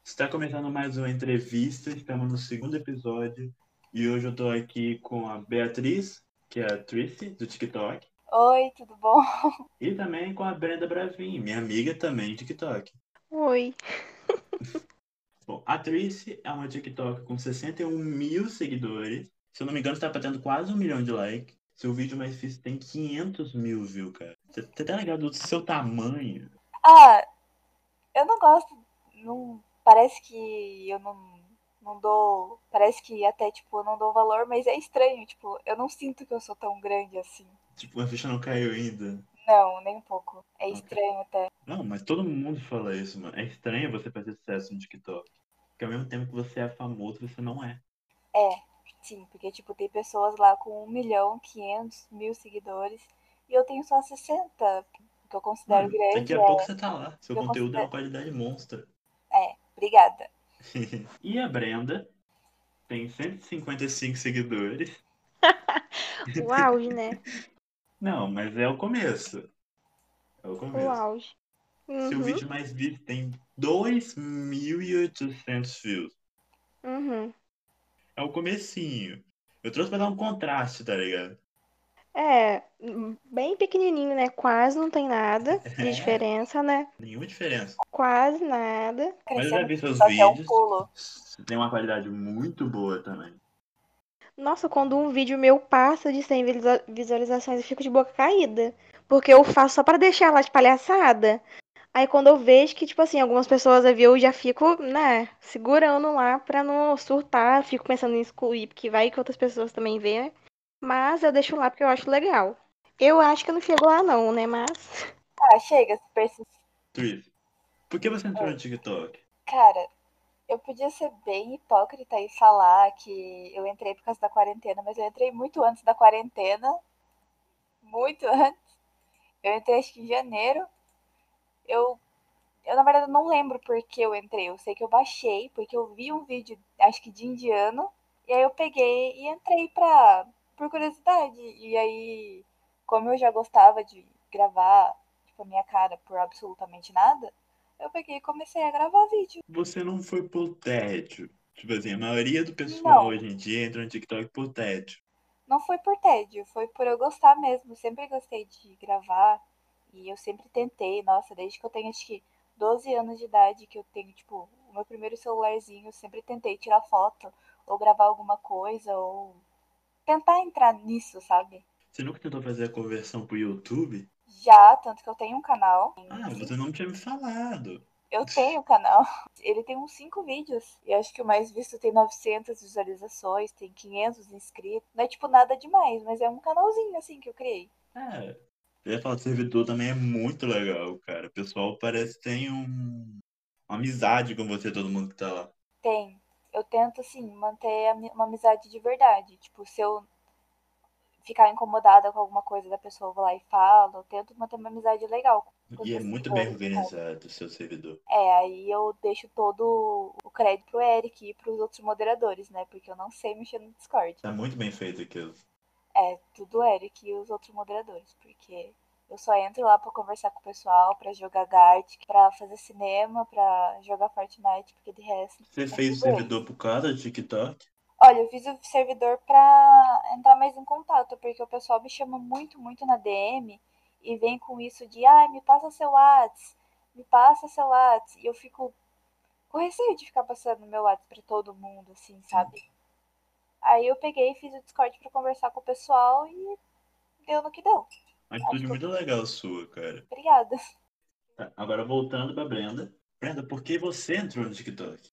Está começando mais uma entrevista, estamos no segundo episódio e hoje eu estou aqui com a Beatriz, que é a Trissy, do TikTok, Oi, tudo bom? e também com a Brenda Bravin, minha amiga também de TikTok. Oi. Bom, a Trissy é uma TikTok com 61 mil seguidores, se eu não me engano está batendo quase 1 milhão de likes. Seu vídeo mais visto tem 500 mil views, cara. Você tá ligado do seu tamanho? Ah, eu não gosto. Não, parece que eu não dou. Parece que até, tipo, eu não dou valor, mas é estranho. Tipo, eu não sinto que eu sou tão grande assim. Tipo, a ficha não caiu ainda. Não, nem um pouco. É Ok. estranho até. Não, mas todo mundo fala isso, mano. É estranho você fazer sucesso no TikTok. Porque ao mesmo tempo que você é famoso, você não é. É, sim, porque, tipo, tem pessoas lá com 1.500.000 seguidores e eu tenho só 60, que eu considero Mano, daqui grande. a pouco você tá lá. Seu Que eu conteúdo é considero. uma qualidade monstra. Obrigada. E a Brenda tem 155 seguidores. O auge, né? Não, mas é o começo. É o O começo. auge. Seu Uhum, vídeo mais visto tem 2.800 views. uhum. É o comecinho. Eu trouxe pra dar um contraste, tá ligado? É, bem pequenininho, né? Quase não tem nada de É, diferença, né? nenhuma diferença. Quase nada. Mas eu já Crescendo vi seus só que é um vídeos. pulo. Tem uma qualidade muito boa também. Nossa, quando um vídeo meu passa de 100 visualizações, eu fico de boca caída. Porque eu faço só pra deixar lá de palhaçada. Aí quando eu vejo que, tipo assim, algumas pessoas eu já fico, né, segurando lá pra não surtar, fico pensando em excluir, porque vai que outras pessoas também vê. Mas eu deixo lá porque eu acho legal. Eu acho que eu não chego lá não, né, mas... Ah, chega, se persistir. Twist, por que você entrou no TikTok? Cara, eu podia ser bem hipócrita e falar que eu entrei por causa da quarentena, mas eu entrei muito antes da quarentena. Muito antes. Eu entrei acho que em janeiro. Eu, eu na verdade não lembro por que eu entrei. Eu sei que eu baixei, porque eu vi um vídeo, acho que de indiano. E aí eu peguei e entrei por curiosidade. E aí, como eu já gostava de gravar, tipo, a minha cara por absolutamente nada, eu peguei e comecei a gravar vídeo. Você não foi por tédio. Tipo assim, a maioria do pessoal Não, hoje em dia entra no TikTok por tédio. não foi por tédio, foi por eu gostar mesmo. Eu sempre gostei de gravar e eu sempre tentei. Nossa, desde que eu tenho acho que 12 anos de idade, que eu tenho, tipo, o meu primeiro celularzinho, eu sempre tentei tirar foto ou gravar alguma coisa ou tentar entrar nisso, sabe? Você nunca tentou fazer a conversão pro YouTube? Já, tanto que eu tenho um canal. Ah, você não tinha me falado. Eu tenho um canal. Ele tem uns 5 vídeos. E acho que o mais visto tem 900 visualizações, tem 500 inscritos. Não é tipo nada demais, mas é um canalzinho assim que eu criei. É, eu ia falar do servidor também é muito legal, cara. O pessoal parece que tem uma amizade com você, todo mundo que tá lá. Tem. Eu tento, assim, manter uma amizade de verdade. Tipo, se eu ficar incomodada com alguma coisa da pessoa, eu vou lá e falo. Eu tento manter uma amizade legal com os E é meus muito bem seguidores, no caso. organizado o seu servidor. Aí eu deixo todo o crédito pro Eric e pros outros moderadores, né? Porque eu não sei mexer no Discord. Tá muito bem feito aquilo. É, tudo o Eric e os outros moderadores. Porque eu só entro lá pra conversar com o pessoal, pra jogar Gartic, pra fazer cinema, pra jogar Fortnite, porque de resto Você é fez o tudo eles. servidor por causa do TikTok? Olha, eu fiz o servidor pra entrar mais em contato, porque o pessoal me chama muito, muito na DM e vem com isso de, ai, me passa seu Whats, me passa seu Whats. E eu fico com receio de ficar passando meu Whats pra todo mundo, assim, Sim. sabe? Aí eu peguei e fiz o Discord pra conversar com o pessoal e deu no que deu. Uma Acho atitude que eu... muito legal sua, cara. Obrigada. Tá, agora voltando pra Brenda. Brenda, por que você entrou no TikTok?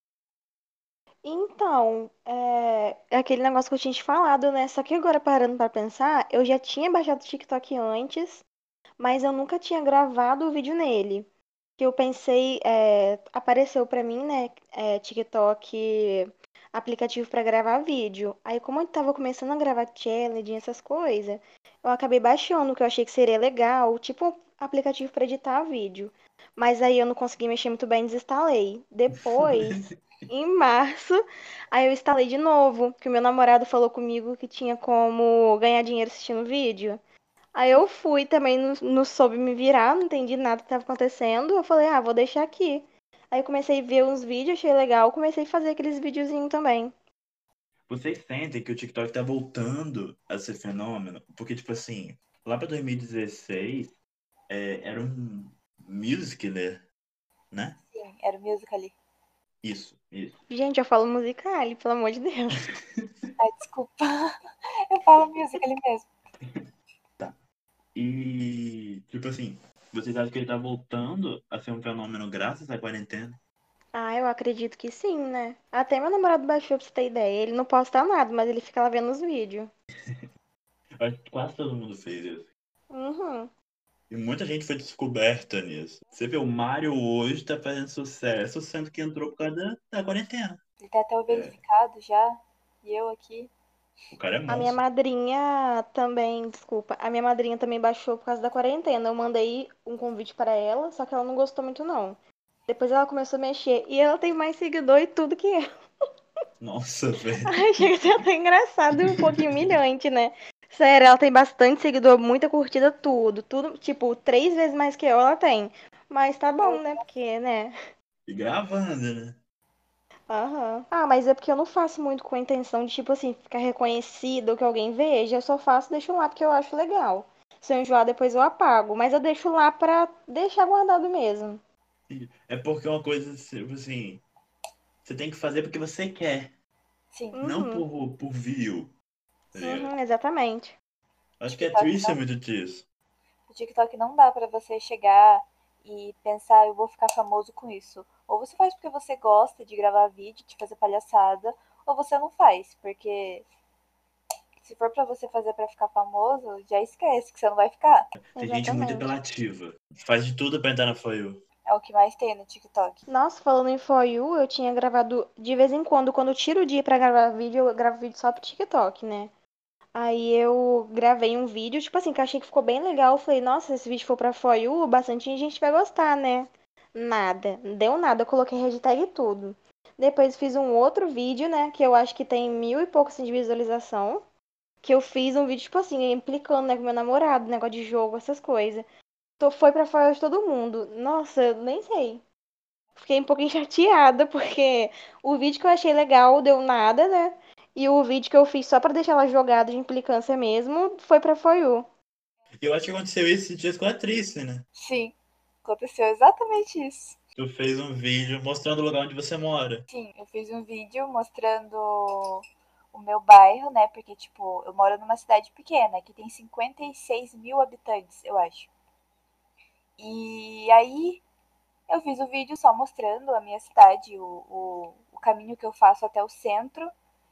Então, é aquele negócio que eu tinha te falado, né? Só que agora parando pra pensar, eu já tinha baixado o TikTok antes, mas eu nunca tinha gravado o vídeo nele. Que eu pensei, apareceu pra mim, né, TikTok, aplicativo pra gravar vídeo. Aí como eu tava começando a gravar challenge e essas coisas, eu acabei baixando, que eu achei que seria legal, tipo aplicativo pra editar vídeo. Mas aí eu não consegui mexer muito bem, desinstalei. Depois, em março, aí eu instalei de novo, que o meu namorado falou comigo que tinha como ganhar dinheiro assistindo vídeo. Aí eu fui também, não soube me virar, não entendi nada que estava acontecendo. Eu falei, ah, vou deixar aqui. Aí eu comecei a ver uns vídeos, achei legal, comecei a fazer aqueles videozinhos também. Vocês sentem que o TikTok tá voltando a ser fenômeno? Porque, tipo assim, lá pra 2016, era um musical, né? Sim, era o musical ali. Isso, isso. Gente, eu falo musical, pelo amor de Deus. Ai, desculpa. Eu falo musical ali mesmo. Tá. E, tipo assim, vocês acham que ele tá voltando a ser um fenômeno graças à quarentena? Ah, eu acredito que sim, né? Até meu namorado baixou pra você ter ideia. Ele não posta nada, mas ele fica lá vendo os vídeos. Acho que quase todo mundo fez isso. Uhum. E muita gente foi descoberta nisso. Você vê, o Mario hoje tá fazendo sucesso, sendo que entrou por causa da quarentena. Ele tá até o É, verificado já. E eu aqui. o cara é A minha monstro. madrinha também, desculpa, a minha madrinha também baixou por causa da quarentena. Eu mandei um convite pra ela, só que ela não gostou muito não. Depois ela começou a mexer e ela tem mais seguidor e tudo que eu. Nossa, velho. Ai, chega a ser até engraçado e um pouquinho humilhante, né? Sério, ela tem bastante seguidor, muita curtida, tudo. Tudo, tipo, 3 vezes mais que eu ela tem. Mas tá bom, né? Porque, né? E gravando, né? Aham. Ah, mas é porque eu não faço muito com a intenção de, tipo assim, ficar reconhecida ou que alguém veja. Eu só faço, deixo lá porque eu acho legal. Se eu enjoar, depois eu apago. Mas eu deixo lá pra deixar guardado mesmo. É porque é uma coisa, tipo assim, você tem que fazer porque você quer, Sim, não Uhum. por view, tá ligado? Uhum, exatamente. Acho que é TikTok triste não, muito disso. o TikTok não dá pra você chegar e pensar, eu vou ficar famoso com isso. Ou você faz porque você gosta de gravar vídeo, de fazer palhaçada, ou você não faz, porque se for pra você fazer pra ficar famoso, já esquece que você não vai ficar. Tem gente muito Exatamente. apelativa. Faz de tudo pra entrar na For You. É o que mais tem no TikTok. Nossa, falando em For You, eu tinha gravado de vez em quando eu tiro o dia pra gravar vídeo, eu gravo vídeo só pro TikTok, né? Aí eu gravei um vídeo, tipo assim, que eu achei que ficou bem legal. Eu falei, nossa, se esse vídeo for pra For You, bastante gente vai gostar, né? Nada, não deu nada, eu coloquei hashtag e tudo. Depois fiz um outro vídeo, né, que eu acho que tem 1.000 e poucos de visualização. Que eu fiz um vídeo, tipo assim, implicando, né, com meu namorado, negócio de jogo, essas coisas. Foi pra For You de todo mundo. Nossa, eu nem sei. Fiquei um pouquinho chateada, porque o vídeo que eu achei legal deu nada, né? E o vídeo que eu fiz só pra deixar ela jogada de implicância mesmo foi pra For You. E eu acho que aconteceu isso esses dias com a Trícia, né? Sim, aconteceu exatamente isso. Tu fez um vídeo mostrando o lugar onde você mora. Sim, eu fiz um vídeo mostrando o meu bairro, né? Porque, tipo, eu moro numa cidade pequena, que tem 56 mil habitantes, eu acho. E aí eu fiz o vídeo só mostrando a minha cidade, o caminho que eu faço até o centro.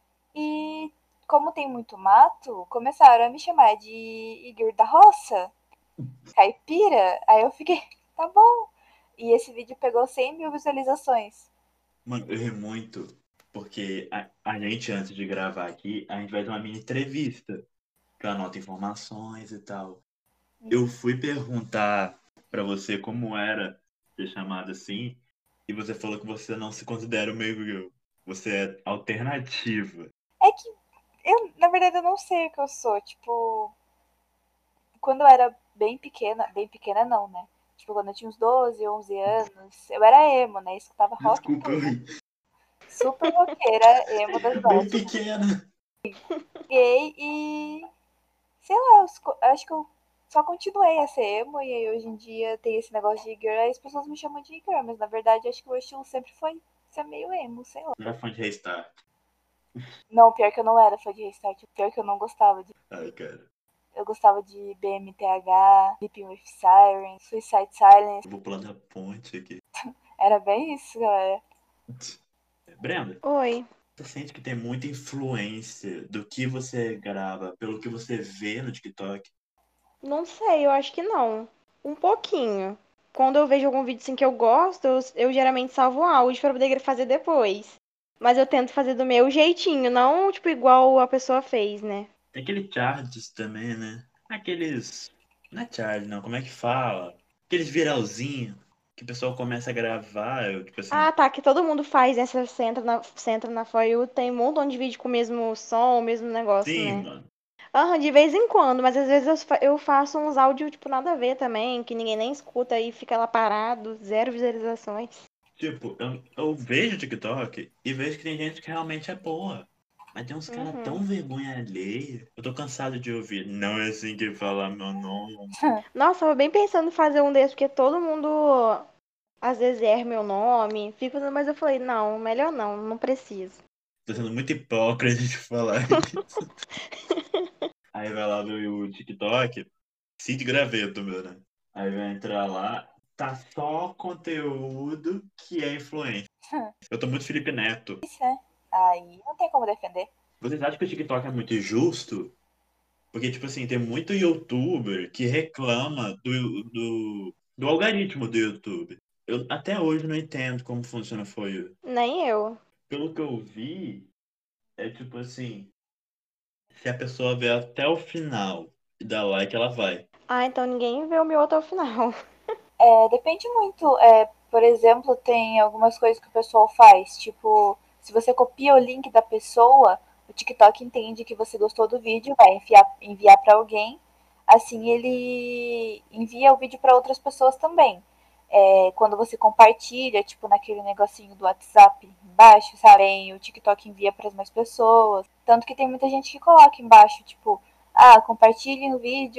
E como tem muito mato, começaram a me chamar de Igor da Roça, caipira. Aí eu fiquei, tá bom. E esse vídeo pegou 100 mil visualizações. Mano, eu ri muito. Porque a gente, antes de gravar aqui, a gente vai ter uma mini entrevista. Que eu anoto informações e tal. Eu fui perguntar pra você como era ser chamado assim. E você falou que você não se considera o meio girl. Você é alternativa. É que eu, na verdade, eu não sei o que eu sou. Tipo, quando eu era bem pequena não, né? Tipo, quando eu tinha uns 12, 11 anos, eu era emo, né? Escutava rock e Desculpa, eu tudo. ri. Super roqueira, emo das Bem góticas. pequena. Gay e sei lá, acho que eu só continuei a ser emo e aí hoje em dia tem esse negócio de girl, aí as pessoas me chamam de girl, mas na verdade acho que o estilo sempre foi ser meio emo, sei lá. Não é fã de Restart. Não, pior que eu não era fã de Restart, pior que eu não gostava de. Ai, cara. Eu gostava de BMTH, Sleeping with Sirens, Suicide Silence. Eu vou pular da ponte aqui. Era bem isso, galera. Brenda, Oi. você sente que tem muita influência do que você grava pelo que você vê no TikTok? Não sei, eu acho que não. Um pouquinho. Quando eu vejo algum vídeo assim que eu gosto, eu geralmente salvo o áudio pra poder fazer depois. Mas eu tento fazer do meu jeitinho, não tipo igual a pessoa fez, né? Tem aquele charges também, né? Aqueles. Não é charge, não. Como é que fala? Aqueles viralzinho que o pessoal começa a gravar. Eu, tipo assim. Ah, tá, que todo mundo faz, né? Você entra na For You, tem um montão de vídeo com o mesmo som, o mesmo negócio, Sim, né? mano. Aham, de vez em quando, mas às vezes eu faço uns áudios, tipo, nada a ver também, que ninguém nem escuta e fica lá parado, zero visualizações. Tipo, eu vejo o TikTok e vejo que tem gente que realmente é boa. Mas tem uns caras tão Uhum. vergonha alheia. Eu tô cansado de ouvir. Não é assim que fala meu nome. Nossa, eu bem pensando em fazer um desses, porque todo mundo às vezes erra meu nome. Fico, mas eu falei, não, melhor não, não preciso. Tô sendo muito hipócrita de falar isso. Aí vai lá ver o TikTok. Cid Graveto, meu, né? Aí vai entrar lá. Tá só conteúdo que é influente. Eu tô muito Felipe Neto. Isso, né? Aí não tem como defender. Vocês acham que o TikTok é muito justo? Porque, tipo assim, tem muito youtuber que reclama do algoritmo do YouTube. Eu até hoje não entendo como funciona foi. Nem eu. Pelo que eu vi, é tipo assim, se a pessoa vê até o final e dá like, ela vai. Ah, então ninguém vê o meu até o final. Depende muito. Por exemplo, tem algumas coisas que o pessoal faz. Tipo, se você copia o link da pessoa, o TikTok entende que você gostou do vídeo, vai enviar para alguém. Assim, ele envia o vídeo para outras pessoas também. Quando você compartilha, tipo naquele negocinho do WhatsApp embaixo, sabe? O TikTok envia para as mais pessoas. Tanto que tem muita gente que coloca embaixo, tipo, compartilhe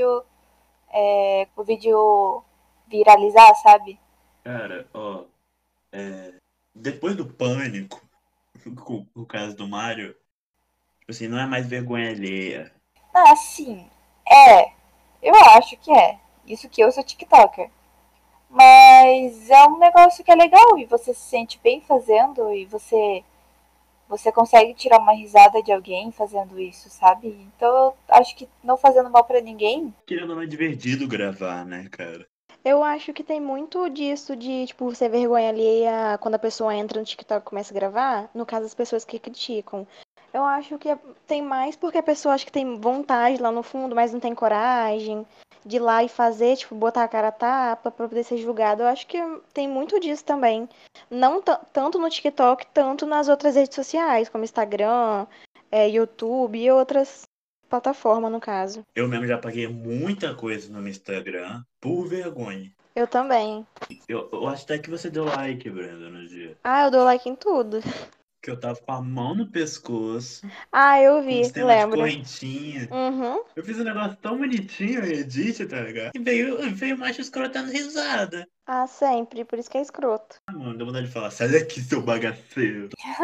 o vídeo viralizar, sabe? Cara, ó, depois do pânico, com o caso do Mário, tipo assim, não é mais vergonha alheia. Ah, sim. É. Eu acho que é. Isso que eu sou TikToker. Mas é um negócio que é legal e você se sente bem fazendo e você consegue tirar uma risada de alguém fazendo isso, sabe? Então eu acho que não fazendo mal pra ninguém. Querendo ou não é divertido gravar, né, cara? Eu acho que tem muito disso de, tipo, ser vergonha alheia quando a pessoa entra no TikTok e começa a gravar. No caso, as pessoas que criticam. Eu acho que tem mais porque a pessoa acha que tem vontade lá no fundo, mas não tem coragem de ir lá e fazer, tipo, botar a cara a tapa pra poder ser julgado. Eu acho que tem muito disso também. Não tanto no TikTok, tanto nas outras redes sociais, como Instagram, YouTube e outras plataformas, no caso. Eu mesmo já paguei muita coisa no meu Instagram por vergonha. Eu também. Eu acho até que você deu like, Brenda, no dia. Ah, eu dou like em tudo. Que eu tava com a mão no pescoço, Ah, eu com um vi, sistema de lembro. correntinha. Uhum. Eu fiz um negócio tão bonitinho em Edit, tá ligado? E veio o macho escrotando risada. Ah, sempre, por isso que é escroto. Ah, mano, deu vontade de falar, sai daqui, seu bagaceiro.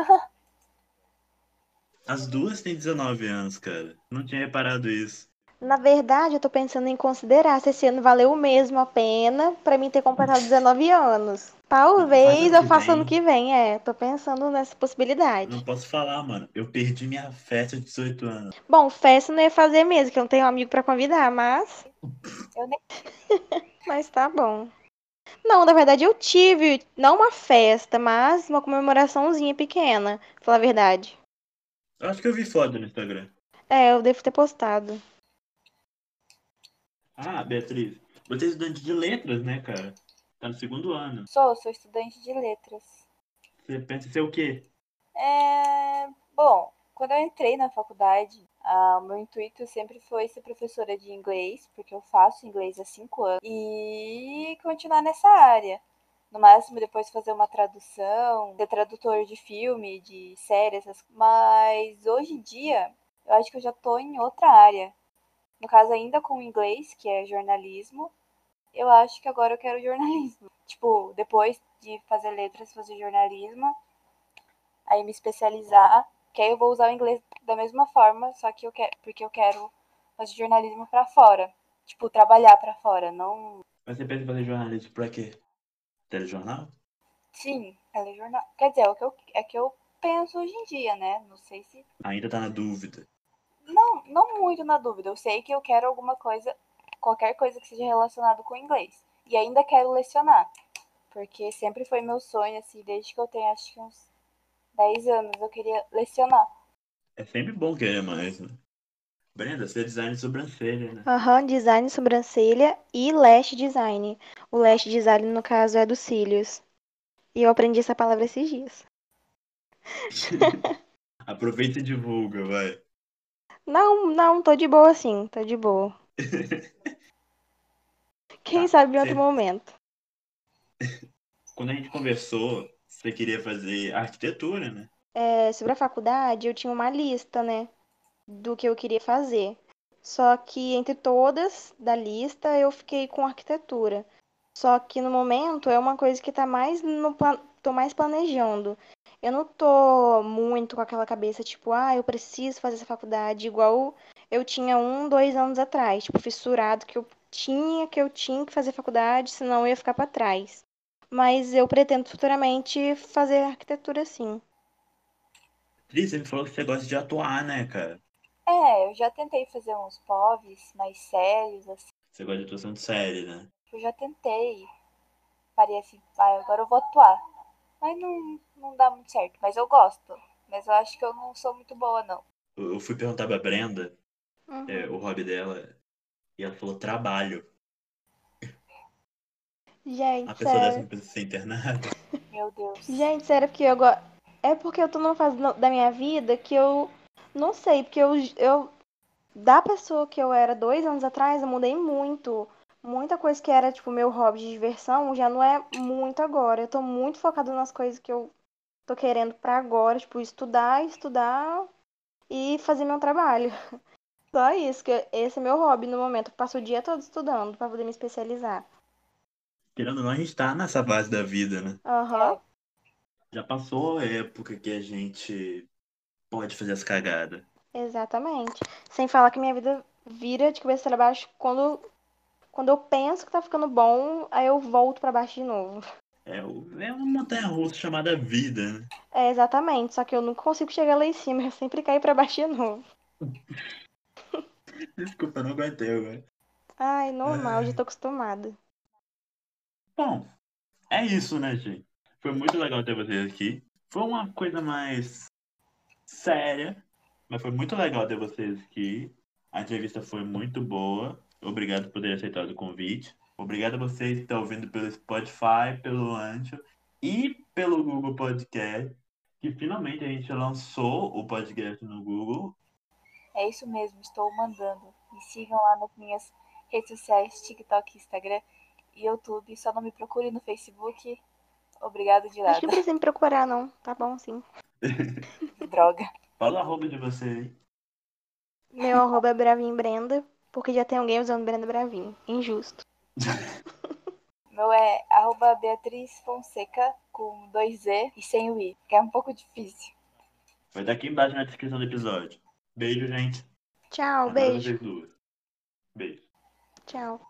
As duas têm 19 anos, cara. Não tinha reparado isso. Na verdade, eu tô pensando em considerar se esse ano valeu mesmo a pena pra mim ter completado 19 anos. Faz Talvez ano eu que faça ano vem. que vem, tô pensando nessa Não possibilidade. posso falar, mano. Eu perdi minha festa de 18 anos. Bom, festa eu não ia fazer mesmo, que eu não tenho amigo pra convidar, Eu nem. mas tá bom. Não, na verdade eu tive, não uma festa, mas uma comemoraçãozinha pequena, pra falar a verdade. Eu acho que eu vi foto no Instagram. Eu devo ter postado. Ah, Beatriz, você é estudante de letras, né, cara? Tá no segundo ano. Sou estudante de letras. Você pensa em ser o quê? Bom, quando eu entrei na faculdade, o meu intuito sempre foi ser professora de inglês, porque eu faço inglês há 5 anos, e continuar nessa área. No máximo, depois fazer uma tradução, ser tradutor de filme, de série, mas hoje em dia, eu acho que eu já tô em outra área. No caso, ainda com inglês, que é jornalismo, eu acho que agora eu quero jornalismo. Tipo, depois de fazer letras, fazer jornalismo, aí me especializar, que aí eu vou usar o inglês da mesma forma, só que eu quero, porque eu quero fazer jornalismo pra fora. Tipo, trabalhar pra fora, não. Mas você pensa em fazer jornalismo pra quê? Telejornal? Sim, telejornal. Quer dizer, é o que eu penso hoje em dia, né? Não sei se. Ainda tá na dúvida. Não, não muito na dúvida. Eu sei que eu quero alguma coisa, qualquer coisa que seja relacionado com inglês. E ainda quero lecionar. Porque sempre foi meu sonho, assim, desde que eu tenho acho que uns 10 anos, eu queria lecionar. É sempre bom querer mais, né? Brenda, você é design de sobrancelha, né? Aham, design de sobrancelha e lash design. O lash design, no caso, é dos cílios. E eu aprendi essa palavra esses dias. Aproveita e divulga, vai. Não, não, tô de boa sim, tô de boa. Quem Tá. sabe em outro momento. Quando a gente conversou, você queria fazer arquitetura, né? Sobre a faculdade, eu tinha uma lista, né, do que eu queria fazer. Só que entre todas da lista, eu fiquei com arquitetura. Só que no momento é uma coisa que tá mais tô mais planejando. Eu não tô muito com aquela cabeça, tipo, eu preciso fazer essa faculdade, igual eu tinha 2 anos atrás, tipo, fissurado que eu tinha que fazer faculdade, senão eu ia ficar pra trás. Mas eu pretendo futuramente fazer arquitetura sim. Cris, você me falou que você gosta de atuar, né, cara? Eu já tentei fazer uns POVs mais sérios, assim. Você gosta de atuação de série, né? Eu já tentei. Parei assim, agora eu vou atuar. Mas não dá muito certo. Mas eu gosto. Mas eu acho que eu não sou muito boa, não. Eu fui perguntar pra Brenda, Uhum. o hobby dela, e ela falou trabalho. A Gente, pessoa dessa sério. não precisa ser internada. Meu Deus. Gente, sério, porque é porque eu tô numa fase da minha vida que eu não sei, porque eu da pessoa que eu era 2 anos atrás, eu mudei muito. Muita coisa que era, tipo, meu hobby de diversão já não é muito agora. Eu tô muito focada nas coisas que eu tô querendo pra agora, tipo, estudar e fazer meu trabalho. Só isso, que esse é meu hobby no momento. Eu passo o dia todo estudando pra poder me especializar. Querendo ou não, a gente tá nessa fase da vida, né? Aham, É, Já passou a época que a gente pode fazer as cagadas. exatamente. Sem falar que minha vida vira de cabeça pra baixo quando eu penso que tá ficando bom, aí eu volto pra baixo de novo. É uma montanha-russa chamada vida, né? É, exatamente. Só que eu nunca consigo chegar lá em cima, eu sempre caio pra baixo de novo. Desculpa, eu não aguentei agora. Ai, normal, já Ai. tô acostumada. Bom, é isso, né, gente? Foi muito legal ter vocês aqui. Foi uma coisa mais séria, mas foi muito legal ter vocês aqui. A entrevista foi muito boa. Obrigado por ter aceitado o convite. Obrigado a vocês que estão ouvindo pelo Spotify, pelo Anchor e pelo Google Podcast, que finalmente a gente lançou o podcast no Google. é isso mesmo, estou mandando. Me sigam lá nas minhas redes sociais, TikTok, Instagram e YouTube. Só não me procure no Facebook. Obrigado de Acho que nada. não precisa me procurar, não. Tá bom, sim. Droga. Fala o arroba de vocês. Meu arroba é Bravin Brenda, porque já tem alguém usando Brenda Bravin. Injusto. Meu é arroba Beatriz Fonseca com 2 Z e sem o I, que é um pouco difícil. Vai estar aqui embaixo na descrição do episódio. Beijo, gente. Tchau, Adoro beijo. vocês duas. Beijo. Tchau.